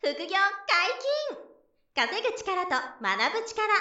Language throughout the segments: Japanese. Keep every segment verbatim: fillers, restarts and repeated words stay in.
副業解禁、稼ぐ力と学ぶ力。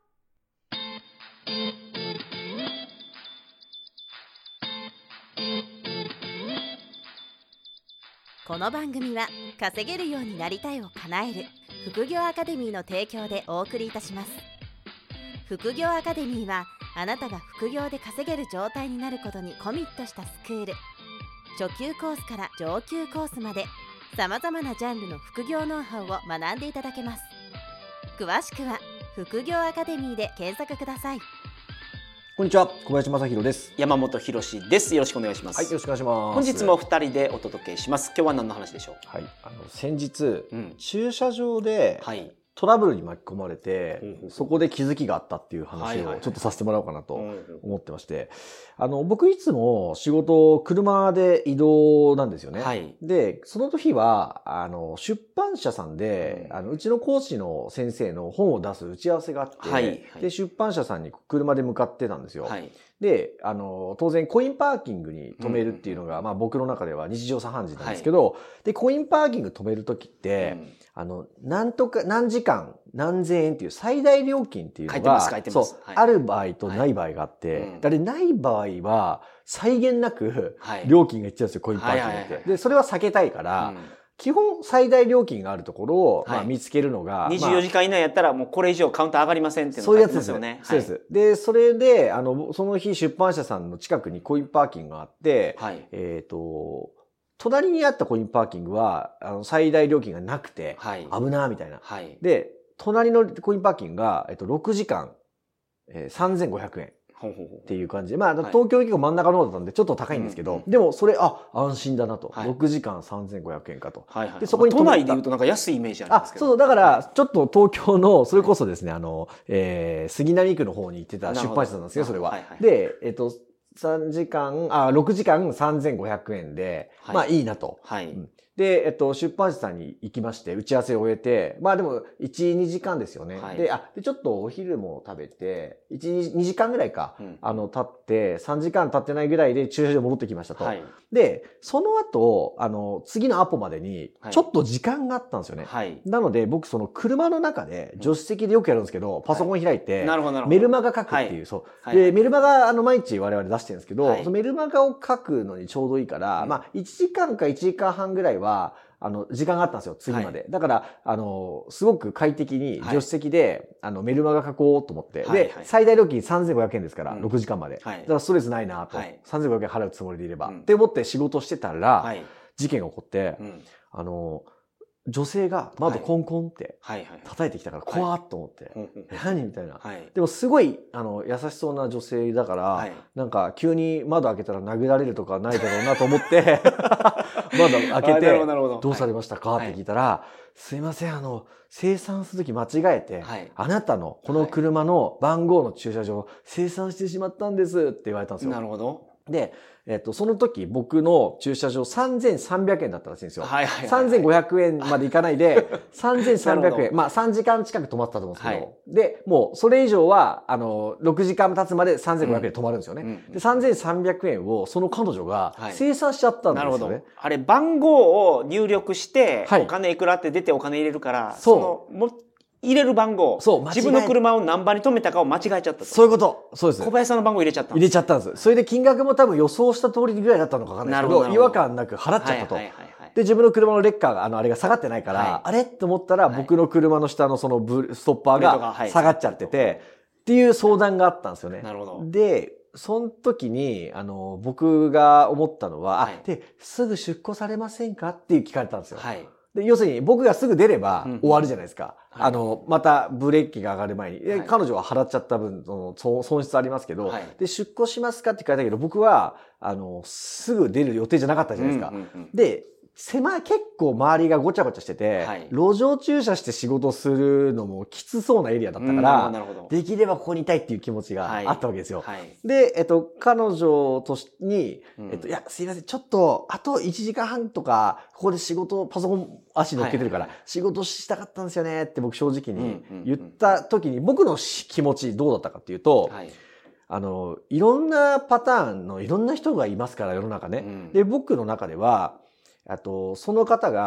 この番組は稼げるようになりたいを叶える副業アカデミーの提供でお送りいたします。副業アカデミーはあなたが副業で稼げる状態になることにコミットしたスクール。初級コースから上級コースまでさまざまなジャンルの副業ノウハウを学んでいただけます。詳しくは副業アカデミーで検索ください。 こんにちは、小林正弘です。 山本博史です。よろしくお願いします。 はい、よろしくお願いします。 本日もふたりでお届けします。今日は何の話でしょう。 はい、あの先日、 うん、 駐車場で、はい、トラブルに巻き込まれて、うん、そこで気づきがあったっていう話をちょっとさせてもらおうかなと思ってまして、あの僕いつも仕事車で移動なんですよね。はい、でその時はあの出版社さんで、うん、あのうちの講師の先生の本を出す打ち合わせがあって、はいはい、で出版社さんに車で向かってたんですよ。はい、であの当然コインパーキングに止めるっていうのが、うんまあ、僕の中では日常茶飯事なんですけど、はい、でコインパーキング止める時って、うんあの、なんとか、何時間、何千円っていう最大料金っていうのが、そう、はい、ある場合とない場合があって、はいうん、あれない場合は、際限なく料金がいっちゃうんですよ、コインパーキングって、はいはいはいはい。で、それは避けたいから、うん、基本最大料金があるところを、まあ、見つけるのが、 はい、にじゅうよじかん以内やったらもうこれ以上カウンター上がりませんっていうのが書いてますよね。 そういうやつです。そうです。で、それで、あの、その日出版社さんの近くにコインパーキングがあって、はい、えっと、隣にあったコインパーキングは、あの、最大料金がなくて、はい、危なーみたいな、はい。で、隣のコインパーキングが、えっと、ろくじかん、えー、さんぜんごひゃくえんっていう感じで、まあ、東京結構真ん中の方だったんで、ちょっと高いんですけど、はい、でも、それ、あ、安心だなと。はい、ろくじかんさんぜんごひゃくえんかと。 はいはい、で、そこに都内で言うとなんか安いイメージあるんですけど。 あ、そう、だから、ちょっと東京の、それこそですね、はい、あの、えー、杉並区の方に行ってた出版社なんですよ、それは。はいはい、で、えっと、さんじかん、あ、ろくじかんさんぜんごひゃくえんで、はい、まあいいなと。はい。うん、で、えっと、出版社さんに行きまして、打ち合わせを終えて、まあでも、いち、にじかんですよね。はい、で、あ、で、ちょっとお昼も食べて、いち、にじかんぐらいか、うん、あの、経って、さんじかん経ってないぐらいで駐車場戻ってきましたと。はい、で、その後、あの、次のアポまでに、ちょっと時間があったんですよね。はい、なので、僕、その車の中で、助手席でよくやるんですけど、パソコン開いて、はい、メルマガ書くっていう、そう。はい、で、メルマガ、あの、毎日我々出してるんですけど、はい、そのメルマガを書くのにちょうどいいから、うん、まあ、いちじかんかいちじかんはんぐらいは、あの、時間があったんですよ、次まで。はい、だから、あの、すごく快適に助手席で、はい、あの、メルマガ書こうと思って。はい、で、はい、最大料金さんぜんごひゃくえんですから、うん、ろくじかんまで。はい、だからストレスないなと。はい、さんぜんごひゃくえん払うつもりでいれば。うん、って思って仕事してたら、はい、事件が起こって、うん、あの、女性が窓コンコンって叩いてきたから怖っと思って、はいはい、何みたいな、はい、でもすごいあの優しそうな女性だから、はい、なんか急に窓開けたら殴られるとかないだろうなと思って窓開けてどうされましたか、はい、って聞いたら、はい、すいませんあの清算するとき間違えて、はい、あなたのこの車の番号の駐車場を清算してしまったんですって言われたんですよ。 なるほど。 で、えっと、その時僕の駐車場さんぜんさんびゃくえんだったらしいんですよ。 はいはいはいはい、 さんぜんごひゃくえんまでいかないで、さんぜんさんびゃくえん。まあさんじかん近く止まってたと思うんですけど。はい、で、もうそれ以上は、あの、ろくじかん経つまでさんぜんごひゃくえんで止まるんですよね。うんうん、で、さんぜんさんびゃくえんをその彼女が清算しちゃったんですよね。はい、なるほど。 あれ、番号を入力して、お金いくらって出てお金入れるから、はい、その、も入れる番号。そう、自分の車を何番に止めたかを間違えちゃったと。 そういうこと。そうです。 小林さんの番号入れちゃったんです。 入れちゃったんです。それで金額も多分予想した通りぐらいだったのかわかんないですけど、違和感なく払っちゃったと。はいはいはいはい、で、自分の車のレッカーが、あの、あれが下がってないから、はい、あれって思ったら、僕の車の下のそのブストッパーが下がっちゃってて、はい、っていう相談があったんですよね。なるほど。で、その時に、あの、僕が思ったのは、はい、あ、で、すぐ出庫されませんかっていう聞かれたんですよ。はい。で、要するに僕がすぐ出れば終わるじゃないですか。うん、あの、またブレーキが上がる前に。はい、彼女は払っちゃった分、その損失ありますけど、はい、で、出庫しますかって聞かれたけど、僕は、あの、すぐ出る予定じゃなかったじゃないですか。うんうんうん、で、狭い、結構周りがごちゃごちゃしてて、はい、路上駐車して仕事するのもきつそうなエリアだったから、できればここにいたいっていう気持ちがあったわけですよ。はいはい、で、えっと、彼女としに、えっと、いや、すいません、ちょっと、あといちじかんはんとか、ここで仕事、パソコン足乗っけてるから、仕事したかったんですよねって僕正直に言った時に、僕の気持ちどうだったかっていうと、はい、あの、いろんなパターンのいろんな人がいますから、世の中ね。うん、で、僕の中では、あと、その方が、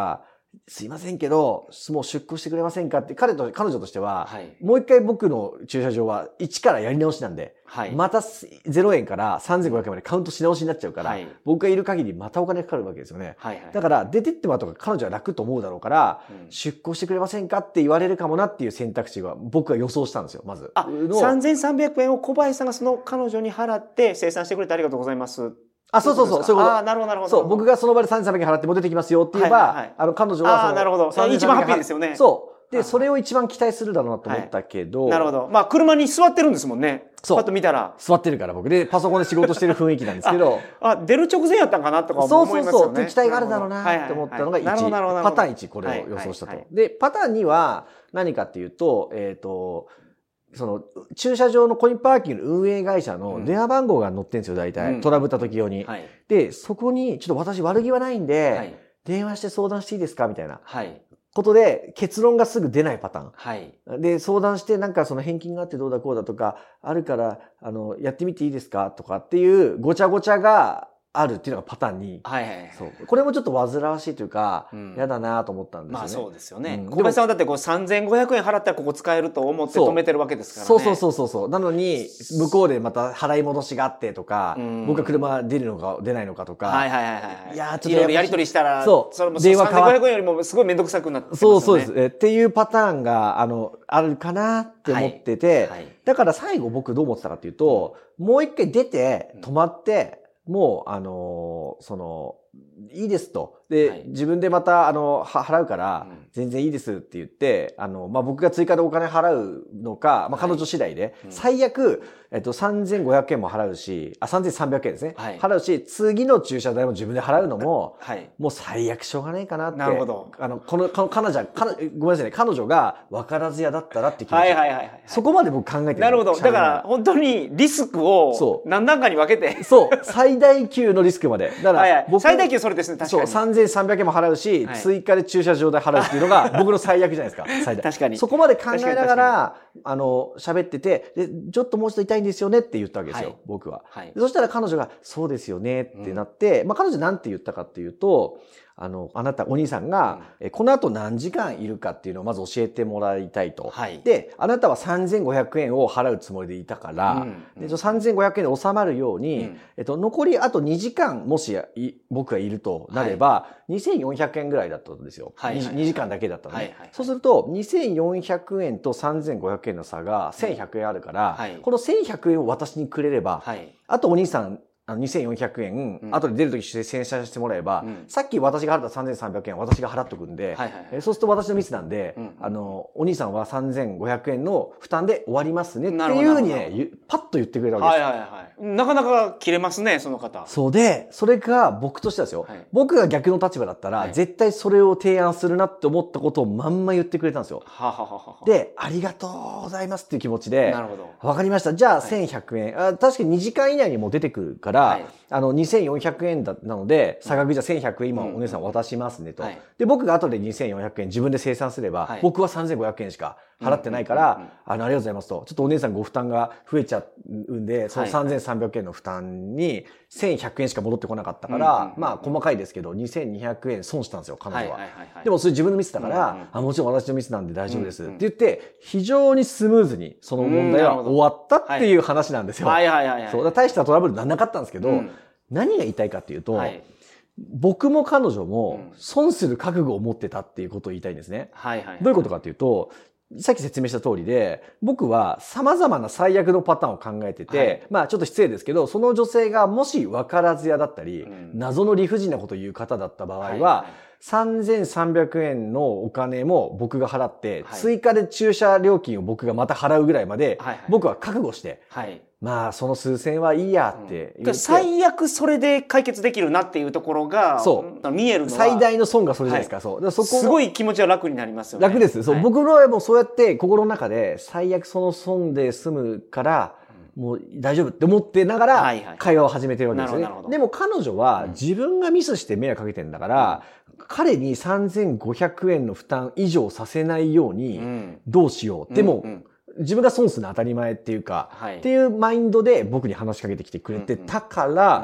すいませんけど、もう出庫してくれませんかって、彼と、彼女としては、はい、もう一回僕の駐車場は一からやり直しなんで、はい、またゼロえんからさんぜんごひゃくえんまでカウントし直しになっちゃうから、はい、僕がいる限りまたお金かかるわけですよね。はいはい、だから出てってもらった方が彼女は楽と思うだろうから、うん、出庫してくれませんかって言われるかもなっていう選択肢が僕は予想したんですよ、まず。 あ、さんぜんさんびゃくえんを小林さんがその彼女に払って生産してくれてありがとうございます。 あ、そうそうそう、そういうこと。 ああ、なるほど、なるほど。 そう、僕がその場でさんぜんさんびゃくえん払っても出てきますよって言えば、はいはいはい、あの、彼女はその、 ああ、なるほど。一番ハッピーですよね。 そう。で、それを一番期待するだろうなと思ったけど。 はい、なるほど。まあ、車に座ってるんですもんね。そう。パッと見たら。 座ってるから僕で、パソコンで仕事してる雰囲気なんですけど。 あ、あ、出る直前やったんかなとか思いますよね。 そうそうそう。期待があるだろうなと思ったのがいち。パターンいち、これを予想したと。はいはいはい、で、パターンには何かっていうと、えっと、その、駐車場のコインパーキングの運営会社の電話番号が載ってんですよ、大体。うん、トラブった時用に、はい。で、そこに、ちょっと私悪気はないんで、はい、電話して相談していいですかみたいな。はい。ことで、結論がすぐ出ないパターン。はい。で、相談して、なんかその返金があってどうだこうだとか、あるから、あの、やってみていいですかとかっていうごちゃごちゃが、あるっていうのがパターンに。はいはいはい。そう。これもちょっと煩わしいというか、うん、嫌だなと思ったんですよね。 まあそうですよね。うん、小林さんはだってこうさんぜんごひゃくえん払ったらここ使えると思って止めてるわけですからね。 そうそうそうそうそう。なのに、向こうでまた払い戻しがあってとか、うん、僕が車出るのか出ないのかとか。 はいはいはいはい。 いやちょっといろいろやり取りしたら、 そう。 それも電話さんぜんごひゃくえんよりもすごいめんどくさくなってますよね。 そうそうです。っていうパターンが、あの、あるかなって思ってて、はいはい、だから最後僕どう思ってたかっていうと、うん、もう一回出て、止まって、もう、あのー、その、いいですと。で、はい、自分でまた、あの、払うから、全然いいですって言って、うん、あの、まあ、僕が追加でお金払うのか、まあ、彼女次第で、はい、最悪、えっと、さんぜんごひゃくえんも払うし、あ、さんぜんさんびゃくえんですね。はい、払うし、次の駐車代も自分で払うのも、はい、もう最悪しょうがないかなって。 なるほど。 あの、この、この彼女、彼ごめんなさいね、彼女が分からず屋だったらって気持ち。はいはいはい、はい。そこまで僕考えてる。 なるほど。だから、本当にリスクを、そう。何段階に分けて。 そう。最大級のリスクまで。だから、はいはい、僕最大級それですね、確かに。 そう、さんぜんさんびゃくえんも払うし、はい、追加で駐車場代払うっていうのが僕の最悪じゃないですか。最大。確かに。そこまで考えながら、あの、喋ってて、で、ちょっともうちょっと痛いんですよねって言ったわけですよ、はい、僕は、はい。そしたら彼女が、そうですよねってなって、うん、まあ彼女なんて言ったかっていうと、あの、あなた、お兄さんが、うん、えこの後何時間いるかっていうのをまず教えてもらいたいと。はい、で、あなたはさんぜんごひゃくえんを払うつもりでいたから、うんうん、でさんぜんごひゃくえんで収まるように、うん、えっと、残りあとにじかんもし僕がいるとなれば、はい、にせんよんひゃくえんぐらいだったんですよ。はいはいはい、にじかんだけだったので、はいはいはい。そうすると、にせんよんひゃくえんとさんぜんごひゃくえんの差がせんひゃくえんあるから、はい、このせんひゃくえんを私にくれれば、はい、あとお兄さん、あのにせんよんひゃくえん、うん、後で出るとき精算してもらえば、うん、さっき私が払ったさんぜんさんびゃくえんは私が払っとくんで、はいはいはい、えそうすると私のミスなんで、うん、あの、お兄さんはさんぜんごひゃくえんの負担で終わりますねっていうふうにね、パッと言ってくれたわけです。はいはいはい。 なかなか切れますね、その方。 そうで、それが僕としてはですよ。はい、僕が逆の立場だったら、はい、絶対それを提案するなって思ったことをまんま言ってくれたんですよ。ははははで、ありがとうございますっていう気持ちで、なるほど。わかりました。じゃあせんひゃくえん、はい、あ。確かににじかん以内にもう出てくるから、はい、あの、にせんよんひゃくえんだなので、差額じゃせんひゃくえん今お姉さん渡しますねと。はい、で、僕が後でにせんよんひゃくえん自分で生産すれば、はい、僕はさんぜんごひゃくえんしか払ってないから、あの、ありがとうございますと。ちょっとお姉さんご負担が増えちゃうんで、そのさんぜんさんびゃくえんの負担にせんひゃくえんしか戻ってこなかったから、まあ、細かいですけど、にせんにひゃくえん損したんですよ、彼女は。でもそれ自分のミスだから、あ、もちろん私のミスなんで大丈夫です。って言って、非常にスムーズにその問題は終わったっていう話なんですよ。はいはいはい。そう、大したトラブルなんなかったんですけど、何が言いたいかっていうと、はい、僕も彼女も損する覚悟を持ってたっていうことを言いたいんですね。はいはいはい、どういうことかっていうと、さっき説明した通りで、僕は様々な最悪のパターンを考えてて、はい、まあちょっと失礼ですけど、その女性がもし分からず屋だったり、うん、謎の理不尽なことを言う方だった場合は、はいはい、さんぜんさんびゃくえんのお金も僕が払って、はい、追加で駐車料金を僕がまた払うぐらいまで、はいはい、僕は覚悟して、はいまあ、その数千はいいやって言って、 うん、最悪それで解決できるなっていうところが、そう。見えるのは。 最大の損がそれじゃないですか。はい、そう。 そこすごい気持ちは楽になりますよね。 楽です。そう。はい、僕のはもうそうやって心の中で最悪その損で済むから、もう大丈夫って思ってながら、会話を始めてるわけですよね。でも彼女は自分がミスして迷惑かけてるんだから、うん、彼にさんぜんごひゃくえんの負担以上させないように、どうしよう。うん、でも、うんうん自分が損するのは当たり前っていうか、はい、っていうマインドで僕に話しかけてきてくれてたから、うんうん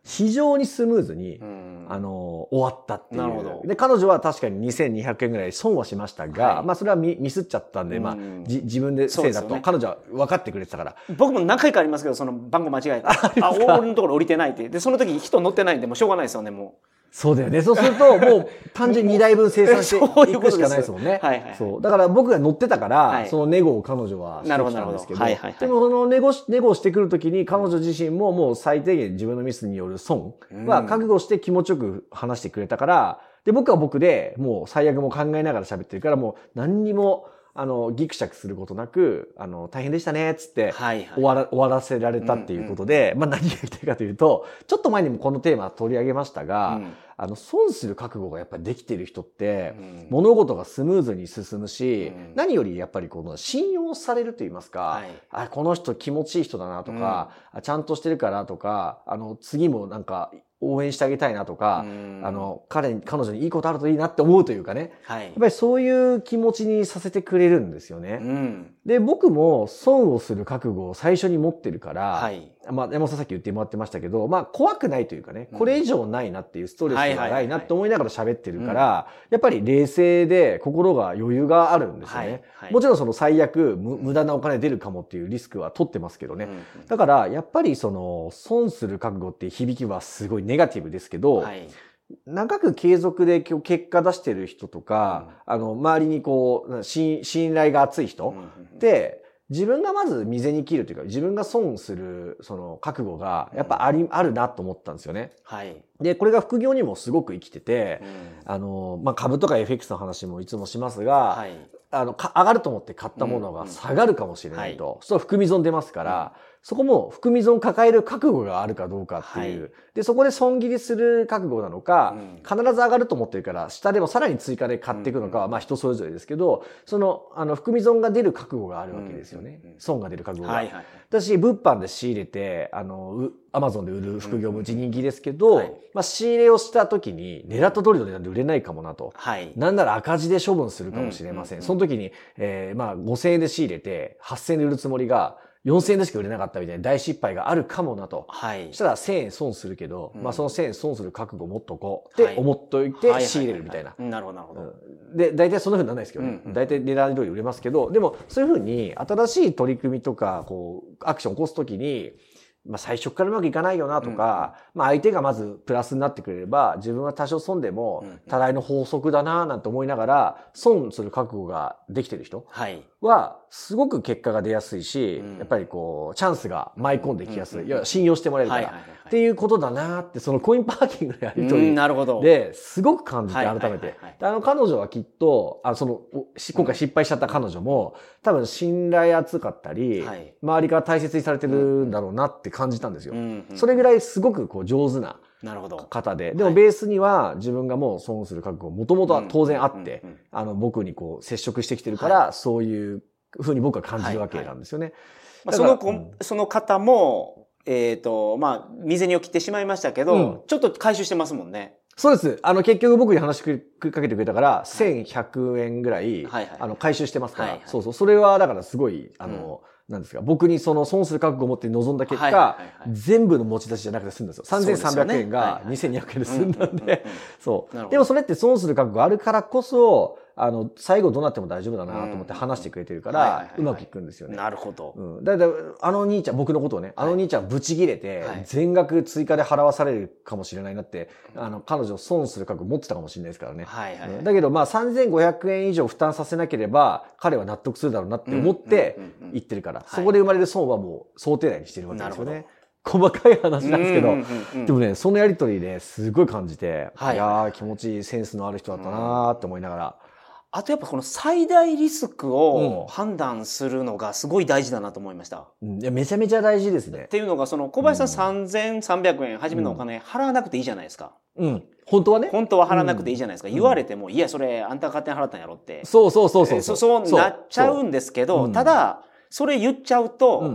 非常にスムーズに、うん、あの、終わったっていう。なるほど。で、彼女は確かににせんにひゃくえんぐらい損はしましたが、はい、まあそれはミ、ミスっちゃったんで、うん、まあ、じ、自分でせいだと、ね、彼女は分かってくれてたから。 僕も何回かありますけど、その番号間違えて。あ、俺のところ降りてないって。で、その時人乗ってないんで、もうしょうがないですよね、もう。 そうだよね。そうすると、もう単純ににだいぶ生産していくしかないですもんね。はいはい。そう。だから僕が乗ってたから、はい、そのネゴを彼女はしてきたんですけど、はいはいはい、でもそのネゴ、ネゴをしてくるときに彼女自身ももう最低限自分のミスによる損は覚悟して気持ちよく話してくれたから、で、僕は僕でもう最悪も考えながら喋ってるから、もう何にも、あの、ギクシャクすることなく、あの、大変でしたね、つって、終わら、終わらせられたっていうことで、うんうん、まあ何が言いたいかというと、ちょっと前にもこのテーマ取り上げましたが、うん、あの、損する覚悟がやっぱりできている人って、うん、物事がスムーズに進むし、うん、何よりやっぱりこの信用されると言いますか、はい、あ、この人気持ちいい人だなとか、うん、ちゃんとしてるからとか、あの、次もなんか、応援してあげたいなとか、あの、彼に、彼女にいいことあるといいなって思うというかね。はい、やっぱりそういう気持ちにさせてくれるんですよね。うん、で、僕も損をする覚悟を最初に持ってるから、はい、まあ、山本さんさっき言ってもらってましたけど、まあ、怖くないというかね、これ以上ないなっていうストレスがないなって思いながら喋ってるから、やっぱり冷静で心が余裕があるんですよね。はいはい、もちろんその最悪、無駄なお金出るかもっていうリスクは取ってますけどね。うん、だから、やっぱりその、損する覚悟っていう響きはすごいネガティブですけど、はい、長く継続で今日結果出してる人とか、うん、あの、周りにこう、信頼が厚い人って、自分がまず未然に切るというか、自分が損する、その、覚悟が、やっぱあり、うん、あるなと思ったんですよね。はい。で、これが副業にもすごく生きてて、うん、あの、まあ、株とか エフエックス の話もいつもしますが、はい、あの、上がると思って買ったものが下がるかもしれないと。うんうん、そう、含み損出ますから、うん、そこも含み損抱える覚悟があるかどうかっていう。はい、で、そこで損切りする覚悟なのか、うん、必ず上がると思ってるから、下でもさらに追加で買っていくのかは、まあ人それぞれですけど、その、あの、含み損が出る覚悟があるわけですよね。うんうん、損が出る覚悟が。はいはい、私、物販で仕入れて、あの、アマゾンで売る副業もうち人気ですけど、はい、まあ仕入れをした時に、狙った通りの値段で売れないかもなと。はい、なんなら赤字で処分するかもしれません。うんうんうん、その時に、えー、まあごせんえんで仕入れて、はっせんえんで売るつもりが、よんせんえんでしか売れなかったみたいな大失敗があるかもなと。はい。そしたらせんえん損するけど、うん、まあそのせんえん損する覚悟を持っとこうって思っといて仕入れるみたいな。 なるほど、なるほど。 で、大体そんな風にならないですけどね。うんうん、大体狙い通り売れますけど、でもそういう風に新しい取り組みとか、こう、アクションを起こすときに、まあ最初からうまくいかないよなとか、うん、まあ相手がまずプラスになってくれれば、自分は多少損でも、多大の法則だななんて思いながら、損する覚悟ができてる人は、すごく結果が出やすいし、うん、やっぱりこう、チャンスが舞い込んできやすい。いや、信用してもらえるから。っていうことだなって、そのコインパーキングのやりとりで、すごく感じて改めて。あの彼女はきっと、あその、今回失敗しちゃった彼女も、多分信頼厚かったり、はい、周りから大切にされてるんだろうなって感じたんですよ。うんうん、それぐらいすごくこう上手な方で。でもベースには自分がもう損する覚悟もともとは当然あって、あの僕にこう接触してきてるから、はい、そういうふうに僕は感じるわけなんですよね。 はいはい、まあ、その、うん、その方も、えっ、ー、と、まあ、水にを切ってしまいましたけど、うん、ちょっと回収してますもんね。 そうです。あの、結局僕に話しかけてくれたから、はい、せんひゃくえんぐらい、はいはいはい、あの、回収してますから、はいはい、そうそう。それは、だからすごい、あの、うん、なんですか、僕にその損する覚悟を持って臨んだ結果、はいはいはいはい、全部の持ち出しじゃなくて済んだんですよ。さんぜんさんびゃくえんがにせんにひゃくえんで済んだんで、そう。でもそれって損する覚悟があるからこそ、あの、最後どうなっても大丈夫だなと思って話してくれてるから、うまくいくんですよね。 なるほど。 うん。だいたい、あの兄ちゃん、僕のことをね、あの兄ちゃんブチ切れて、全額追加で払わされるかもしれないなって、あの、彼女損する覚悟持ってたかもしれないですからね。はいはい。だけど、まあ、さんぜんごひゃくえん以上負担させなければ、彼は納得するだろうなって思って言ってるから、そこで生まれる損はもう想定内にしてるわけですよね。細かい話なんですけど、でもね、そのやりとりですごい感じて、はい、いやー気持ちいいセンスのある人だったなーって思いながら。 あとやっぱこの最大リスクを判断するのがすごい大事だなと思いました。 うん、いやめちゃめちゃ大事ですね。 っていうのが、その小林さんさんぜんさんびゃくえん初めのお金払わなくていいじゃないですか。 うん。本当はね。 本当は払わなくていいじゃないですか。うん、言われても、いや、それあんた勝手に払ったんやろって。 そうそうそうそう。 そそうなっちゃうんですけど、ただ、それ言っちゃうと、うん、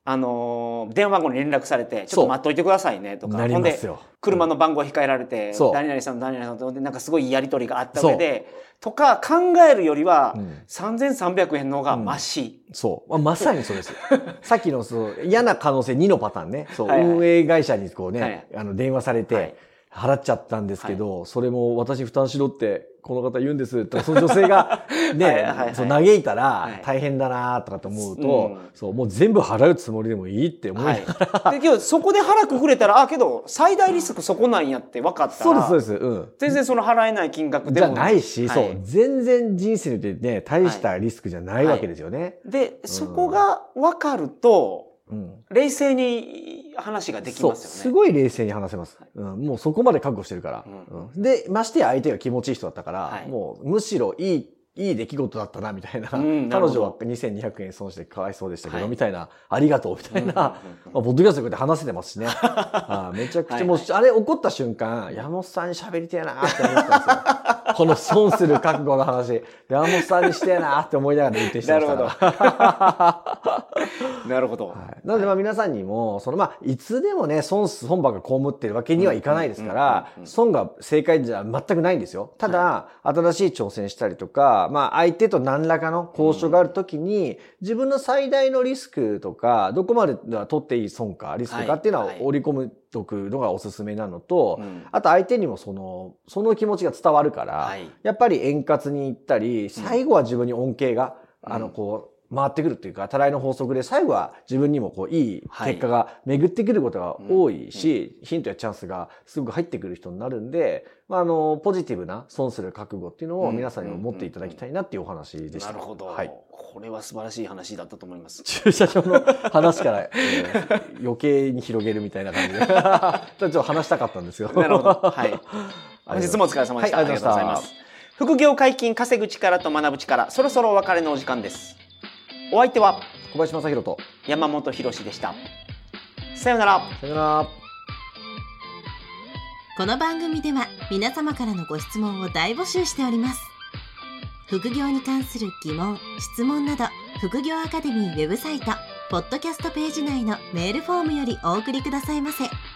あのー、電話番号に連絡されて、ちょっと待っといてくださいねとか、 ほんで、 車の番号控えられて、うん、誰々さんと誰々さんと、なんかすごいやり取りがあった上で、とか考えるよりは、うん、さんぜんさんびゃくえんの方がマシ。 うん、そう。まさにそうです。さっきのそう嫌な可能性にのパターンね。そう、はいはい、運営会社にこうね、はい、あの電話されて、はい払っちゃったんですけど、はい、それも私負担しろってこの方言うんですとか、その女性がね、はいはいはい、そう嘆いたら大変だなとかと思うと、はいうん、そうもう全部払うつもりでもいいって思いながら、 はい、でけどそこで腹くくれたら、あけど最大リスクそこなんやって分かったら、 そうですそうです、うん、 全然その払えない金額でもじゃないし、はい、そう全然人生でね大したリスクじゃないわけですよね。はいはい、 でそこが分かると。うん、冷静に話ができますよね。 すごい冷静に話せます、はいうん。もうそこまで覚悟してるから。うんうん、で、ましてや相手が気持ちいい人だったから、はい、もうむしろいい、いい出来事だったな、みたいな。うん、彼女はにせんにひゃくえん損してかわいそうでしたけど、はい、みたいな、ありがとう、みたいな。まあ、ポッドキャストでこうやって話せてますしね。あめちゃくちゃ、はいはい、もう、あれ怒った瞬間、山本さんに喋りてえなって思ったんですよ。この損する覚悟の話、山本さんにしてえなって思いながら運転してましたから。 なるほど。 はい、なのでまあ皆さんにも、そのまあ、いつでもね、損、損ばっか被ってるわけにはいかないですから、損が正解じゃ全くないんですよ。ただ、はい、新しい挑戦したりとか、まあ相手と何らかの交渉があるときに、自分の最大のリスクとか、どこまでは取っていい損か、リスクかっていうのは織り込むとくのがおすすめなのと、はいはい、あと相手にもその、その気持ちが伝わるから、はい、やっぱり円滑に行ったり、最後は自分に恩恵が、うん、あの、こう、回ってくるっていうか、たらいの法則で最後は自分にもこういい結果が巡ってくることが多いし、はいうん、ヒントやチャンスがすごく入ってくる人になるんで、まあ、あの、ポジティブな損する覚悟っていうのを皆さんにも持っていただきたいなっていうお話でした。 なるほど。はい。これは素晴らしい話だったと思います。 駐車場の話から、えー、余計に広げるみたいな感じで。ちょっと話したかったんですよ。 なるほど。はい。本日もお疲れ様でした。はい、ありがとうございます。副業解禁、稼ぐ力と学ぶ力、そろそろお別れのお時間です。お相手は小林正弘と山本博史でした。さようなら。 さようなら。 この番組では皆様からのご質問を大募集しております。副業に関する疑問、質問など、副業アカデミーウェブサイト、ポッドキャストページ内のメールフォームよりお送りくださいませ。